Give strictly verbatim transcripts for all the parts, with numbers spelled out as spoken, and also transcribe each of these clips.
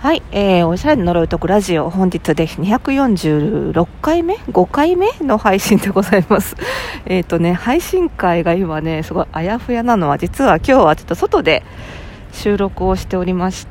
はい、えー、おしゃれの呪いとくラジオ、本日でにひゃくよんじゅうろっかいめごかいめの配信でございます。えっとね配信会が今ねすごいあやふやなのは、実は今日はちょっと外で収録をしておりまして、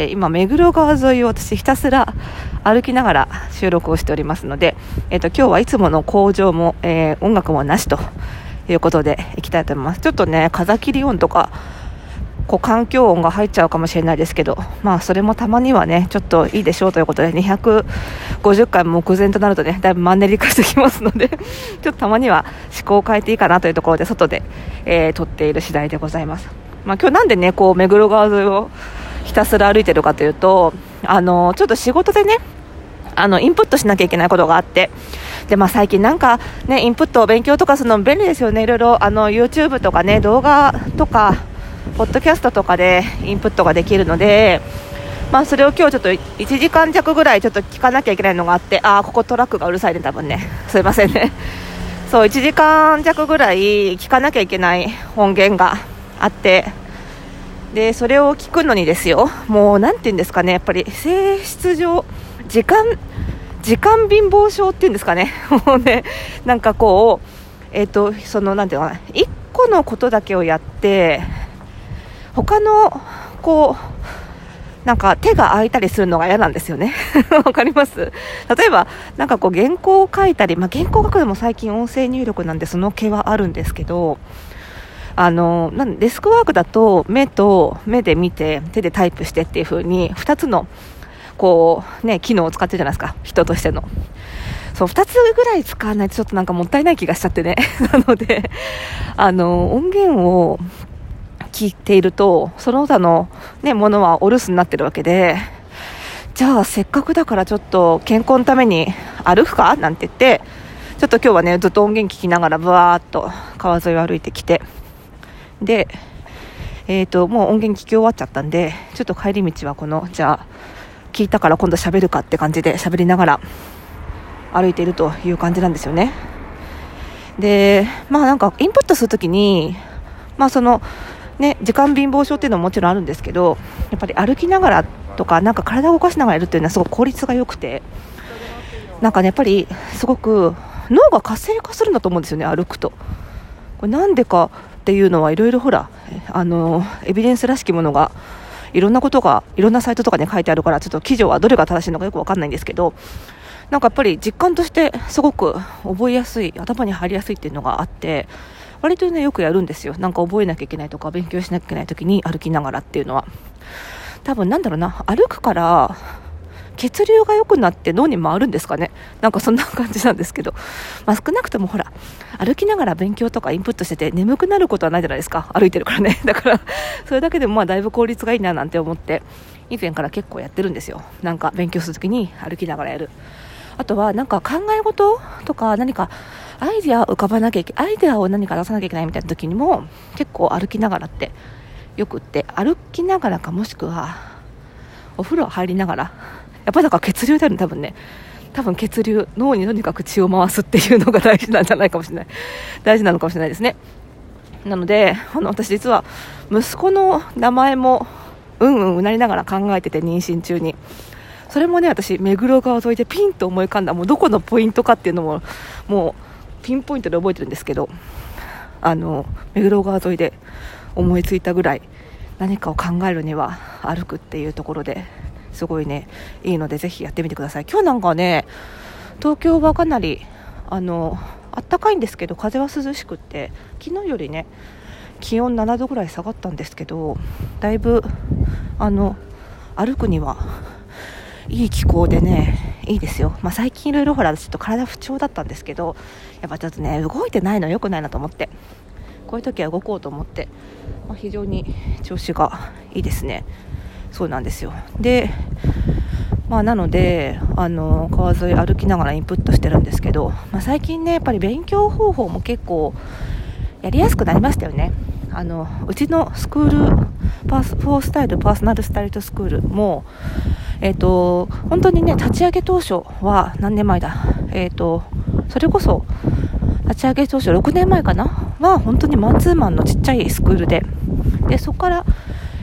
今目黒川沿いを私ひたすら歩きながら収録をしておりますので、えっと今日はいつもの工場も、えー、音楽もなしということでいきたいと思います。ちょっとね風切り音とかこう環境音が入っちゃうかもしれないですけど、まあそれもたまにはねちょっといいでしょうということで、にひゃくごじゅっかい目前となるとねだいぶマンネリ化してきますのでちょっとたまには思考を変えていいかなというところで外で、えー、撮っている次第でございます。まあ、今日なんでねこう目黒川沿いをひたすら歩いてるかというと、あのちょっと仕事でねあのインプットしなきゃいけないことがあって、で、まあ、最近なんかねインプット勉強とかするの便利ですよね。いろいろあの YouTube とかね動画とかポッドキャストとかでインプットができるので、まあ、それを今日ちょっといちじかんじゃくぐらいちょっと聞かなきゃいけないのがあって、あーここトラックがうるさいね多分ね、すいませんね。そういちじかんじゃくぐらい聞かなきゃいけない音源があって、でそれを聞くのにですよ、もうなんていうんですかね、やっぱり性質上時間時間貧乏症っていうんですかねもうねなんかこうえっ、ー、とそのなんていうのかな、一個のことだけをやって他のこうなんか手が空いたりするのが嫌なんですよねわかります？例えばなんかこう原稿を書いたり、まあ、原稿を書くのも最近音声入力なんでその気はあるんですけど、あのなんデスクワークだと目と目で見て手でタイプしてっていう風にふたつのこうね機能を使ってるじゃないですか、人としての。そうふたつぐらい使わないとちょっとなんかもったいない気がしちゃってねなのであの音源を聞いているとその他の、ね、ものはお留守になってるわけで、じゃあせっかくだからちょっと健康のために歩くかなんて言って、ちょっと今日はねずっと音源聞きながらブワーっと川沿いを歩いてきて、で、えーと、もう音源聞き終わっちゃったんで、ちょっと帰り道はこのじゃあ聞いたから今度喋るかって感じで喋りながら歩いているという感じなんですよね。でまあなんかインプットするときにまあそのね、時間貧乏症っていうのももちろんあるんですけど、やっぱり歩きながらとかなんか体を動かしながらやるっていうのはすごく効率が良くて、なんかねやっぱりすごく脳が活性化するんだと思うんですよね、歩くと。これなんでかっていうのはいろいろほらあのエビデンスらしきものがいろんなことがいろんなサイトとかに書いてあるから、ちょっと記事はどれが正しいのかよく分かんないんですけど、なんかやっぱり実感としてすごく覚えやすい、頭に入りやすいっていうのがあって、割とねよくやるんですよ。なんか覚えなきゃいけないとか勉強しなきゃいけない時に歩きながらっていうのは、多分なんだろうな、歩くから血流が良くなって脳に回るんですかね、なんかそんな感じなんですけど、まあ、少なくともほら歩きながら勉強とかインプットしてて眠くなることはないじゃないですか、歩いてるからね。だからそれだけでもまあだいぶ効率がいいななんて思って以前から結構やってるんですよ。なんか勉強するときに歩きながらやる。あとはなんか考え事とか何かアイデア浮かばなきゃいけアイデアを何か出さなきゃいけないみたいな時にも結構歩きながらってよくって、歩きながらかもしくはお風呂入りながら、やっぱりだから血流だよね多分ね、多分血流、脳にとにかく血を回すっていうのが大事なんじゃないかもしれない大事なのかもしれないですね。なのであの私実は息子の名前もうんうんうなりながら考えてて、妊娠中にそれもね私目黒川沿いでピンと思い浮かんだ、もうどこのポイントかっていうのももうピンポイントで覚えてるんですけど、あの目黒川沿いで思いついたぐらい何かを考えるには歩くっていうところですごいねいいので、ぜひやってみてください。今日なんかね東京はかなりあの暖かいんですけど風は涼しくって、昨日よりね気温ななどぐらい下がったんですけど、だいぶあの歩くにはいい気候でねいいですよ。まあ、最近いろいろほらちょっと体不調だったんですけど、やっぱちょっとね動いてないの良くないなと思って、こういう時は動こうと思って、まあ、非常に調子がいいですね。そうなんですよ。でまあなのであの川沿い歩きながらインプットしてるんですけど、まあ、最近ねやっぱり勉強方法も結構やりやすくなりましたよね。あのうちのスクールパースフォースタイルパーソナルスタイルスクールもえーと、本当にね立ち上げ当初は何年前だ、えーと、それこそ立ち上げ当初ろくねんまえかなは本当にマンツーマンのちっちゃいスクールで、でそこから、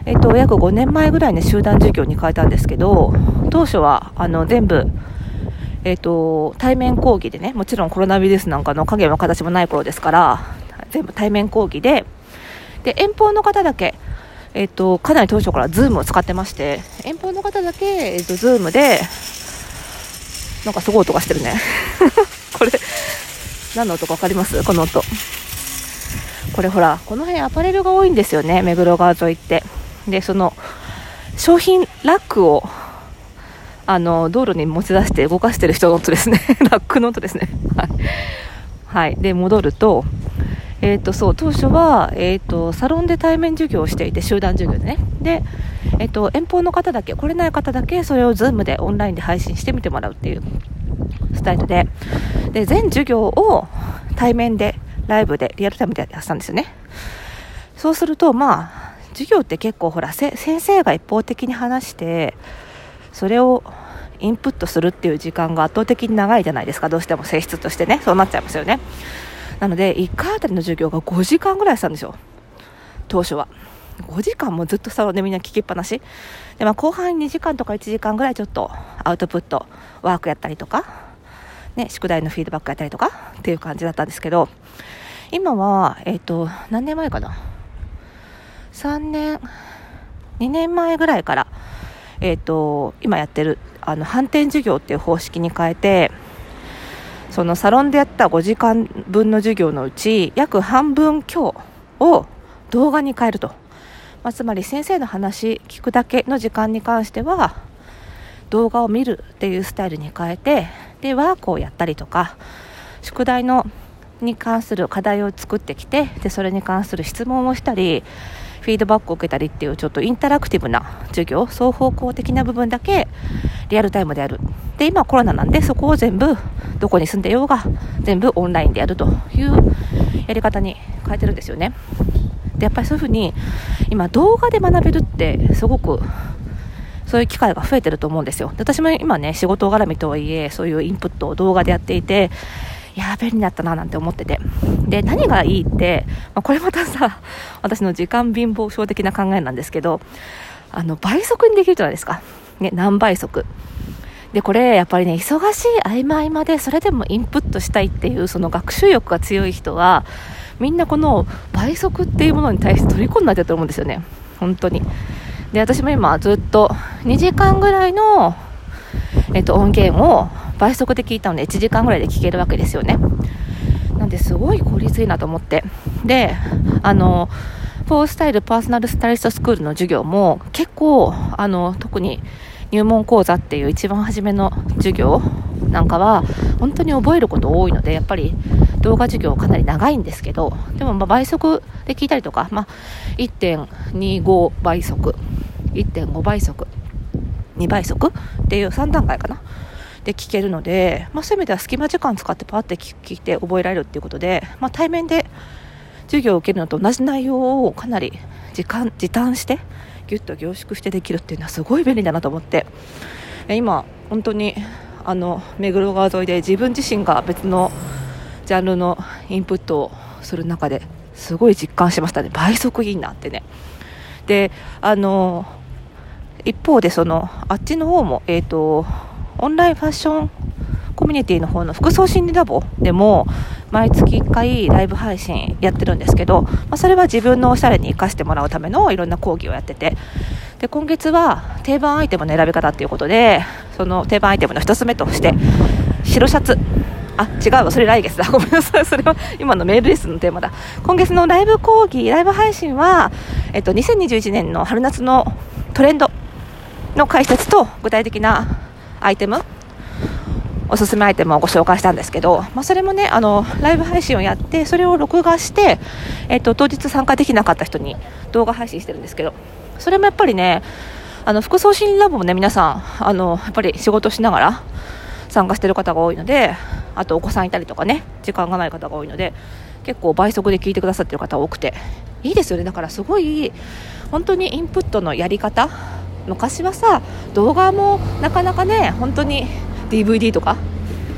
えっと、約ごねんまえぐらいに集団授業に変えたんですけど、当初はあの全部、えっと、対面講義でね、もちろんコロナウイルスなんかの影も形もない頃ですから、全部対面講義で、で遠方の方だけ、えっと、かなり当初から Zoom を使ってまして、遠方の方だけ、えっと、Zoom で、なんかすごい音がしてるね。これ、何の音か分かります？この音。これほら、この辺アパレルが多いんですよね、目黒川沿いって。で、その、商品ラックを、あの、道路に持ち出して動かしてる人の音ですね。ラックの音ですね。はい。はい。で、戻ると、えっと、そう、当初は、えっと、サロンで対面授業をしていて、集団授業でね。で、えっと、遠方の方だけ、来れない方だけ、それを Zoom でオンラインで配信してみてもらうっていうスタイルで、で、全授業を対面で、ライブで、リアルタイムでやってたんですよね。そうすると、まあ、授業って結構ほら、先生が一方的に話して、それをインプットするっていう時間が圧倒的に長いじゃないですか。どうしても性質としてね、そうなっちゃいますよね。なのでいっかいあたりの授業がごじかんぐらいしたんですよ、当初は。ごじかんもずっとサロンでみんな聞きっぱなしで、まあ、後半にじかんとかいちじかんぐらいちょっとアウトプットワークやったりとか、ね、宿題のフィードバックやったりとかっていう感じだったんですけど、今は、えっと、何年前かな、さんねんにねんまえぐらいから、えっと、今やってるあの反転授業っていう方式に変えて、そのサロンでやったごじかんぶんの授業のうち約半分強を動画に変えると、まあ、つまり先生の話聞くだけの時間に関しては動画を見るっていうスタイルに変えて、でワークをやったりとか、宿題のに関する課題を作ってきて、でそれに関する質問をしたりフィードバックを受けたりっていう、ちょっとインタラクティブな授業、双方向的な部分だけリアルタイムでやる。で今コロナなんで、そこを全部どこに住んでようが全部オンラインでやるというやり方に変えてるんですよね。でやっぱりそういうふうに今動画で学べるってすごくそういう機会が増えてると思うんですよ。で私も今ね、仕事絡みとはいえそういうインプットを動画でやっていて、いや便利になったななんて思ってて、で何がいいって、まあ、これまたさ私の時間貧乏症的な考えなんですけど、あの倍速にできるじゃないですか、ね、何倍速で、これやっぱりね、忙しい合間合間でそれでもインプットしたいっていうその学習欲が強い人はみんなこの倍速っていうものに対して虜になってると思うんですよね、本当に。で私も今ずっとにじかんぐらいの、えっと、音源を倍速で聞いたのでいちじかんぐらいで聞けるわけですよね。なんですごい効率いいなと思って、であのフォースタイルパーソナルスタイリストスクールの授業も結構あの特に入門講座っていう一番初めの授業なんかは本当に覚えること多いので、やっぱり動画授業かなり長いんですけど、でもまあ倍速で聞いたりとか、まあ、いってんにご 倍速 いってんご 倍速にばい速っていうさん段階かなで聞けるので、まあ、そういう意味では隙間時間使ってパーって聞いて覚えられるっていうことで、まあ、対面で授業を受けるのと同じ内容をかなり時間時短してギュッと凝縮してできるっていうのはすごい便利だなと思って、今本当にあの目黒川沿いで自分自身が別のジャンルのインプットをする中ですごい実感しましたね。倍速いいなってね。であの一方でそのあっちの方も、えーと、オンラインファッションコミュニティの方の服装心理ラボでも毎月いっかいライブ配信やってるんですけど、まあ、それは自分のおしゃれに生かしてもらうためのいろんな講義をやってて、で今月は定番アイテムの選び方ということで、その定番アイテムの一つ目として白シャツ、あ違うわそれ来月だごめんなさい、それは今のメールレッスンのテーマだ。今月のライブ講義ライブ配信は、えっと、にせんにじゅういちねんの春夏のトレンドの解説と具体的なアイテム、おすすめアイテムをご紹介したんですけど、まあ、それもねあのライブ配信をやってそれを録画して、えっと、当日参加できなかった人に動画配信してるんですけど、それもやっぱりねあの服装心理ラボもね皆さんあのやっぱり仕事しながら参加してる方が多いので、あとお子さんいたりとかね時間がない方が多いので結構倍速で聞いてくださってる方多くていいですよね。だからすごい本当にインプットのやり方、昔はさ動画もなかなかね本当に ディーブイディー とか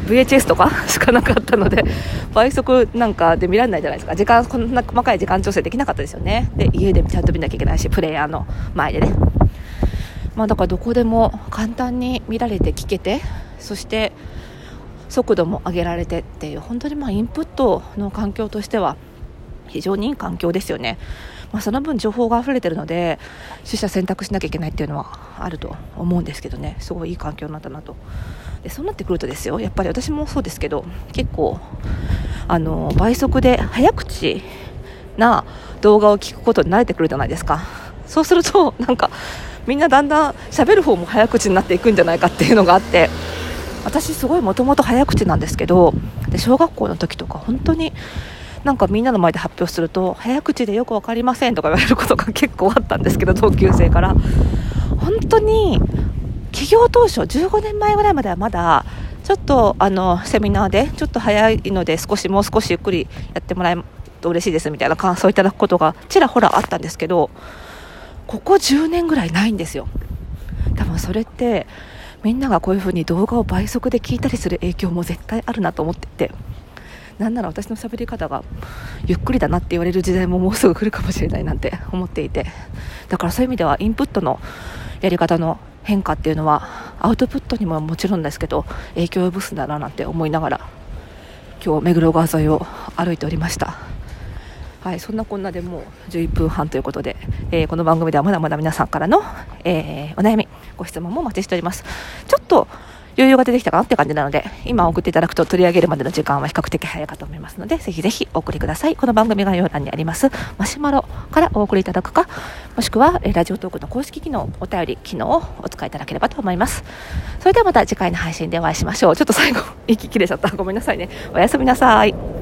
ブイエイチエス とかしかなかったので、倍速なんかで見られないじゃないですか。時間こんな細かい時間調整できなかったですよね。で家でちゃんと見なきゃいけないし、プレイヤーの前でね、まあ、だからどこでも簡単に見られて聞けて、そして速度も上げられてっていう、本当にまあインプットの環境としては非常にいい環境ですよね。まあ、その分情報が溢れてるので取捨選択しなきゃいけないっていうのはあると思うんですけどね、すごいいい環境になったなと。でそうなってくるとですよ、やっぱり私もそうですけど、結構あの倍速で早口な動画を聞くことに慣れてくるじゃないですか。そうするとなんかみんなだんだん喋る方も早口になっていくんじゃないかっていうのがあって、私すごいもともと早口なんですけど、で小学校の時とか本当になんかみんなの前で発表すると早口でよく分かりませんとか言われることが結構あったんですけど、同級生から。本当に起業当初じゅうごねんまえぐらいまではまだちょっとあのセミナーでちょっと早いので少しもう少しゆっくりやってもらえると嬉しいですみたいな感想をいただくことがちらほらあったんですけど、ここじゅうねんぐらいないんですよ。多分それってみんながこういう風に動画を倍速で聞いたりする影響も絶対あるなと思っていて、なんなら私の喋り方がゆっくりだなって言われる時代ももうすぐ来るかもしれないなんて思っていて、だからそういう意味ではインプットのやり方の変化っていうのはアウトプットにももちろんですけど影響を及ぼすんだななんて思いながら今日目黒川沿いを歩いておりました。はい、そんなこんなでもうじゅういっぷんはんということで、えー、この番組ではまだまだ皆さんからの、えー、お悩みご質問もお待ちしております。ちょっと余裕が出てきたかなって感じなので、今送っていただくと取り上げるまでの時間は比較的早いかと思いますので、ぜひぜひお送りください。この番組概要欄にありますマシュマロからお送りいただくか、もしくはラジオトークの公式機能お便り機能をお使いいただければと思います。それではまた次回の配信でお会いしましょう。ちょっと最後息切れちゃった、ごめんなさいね。おやすみなさい。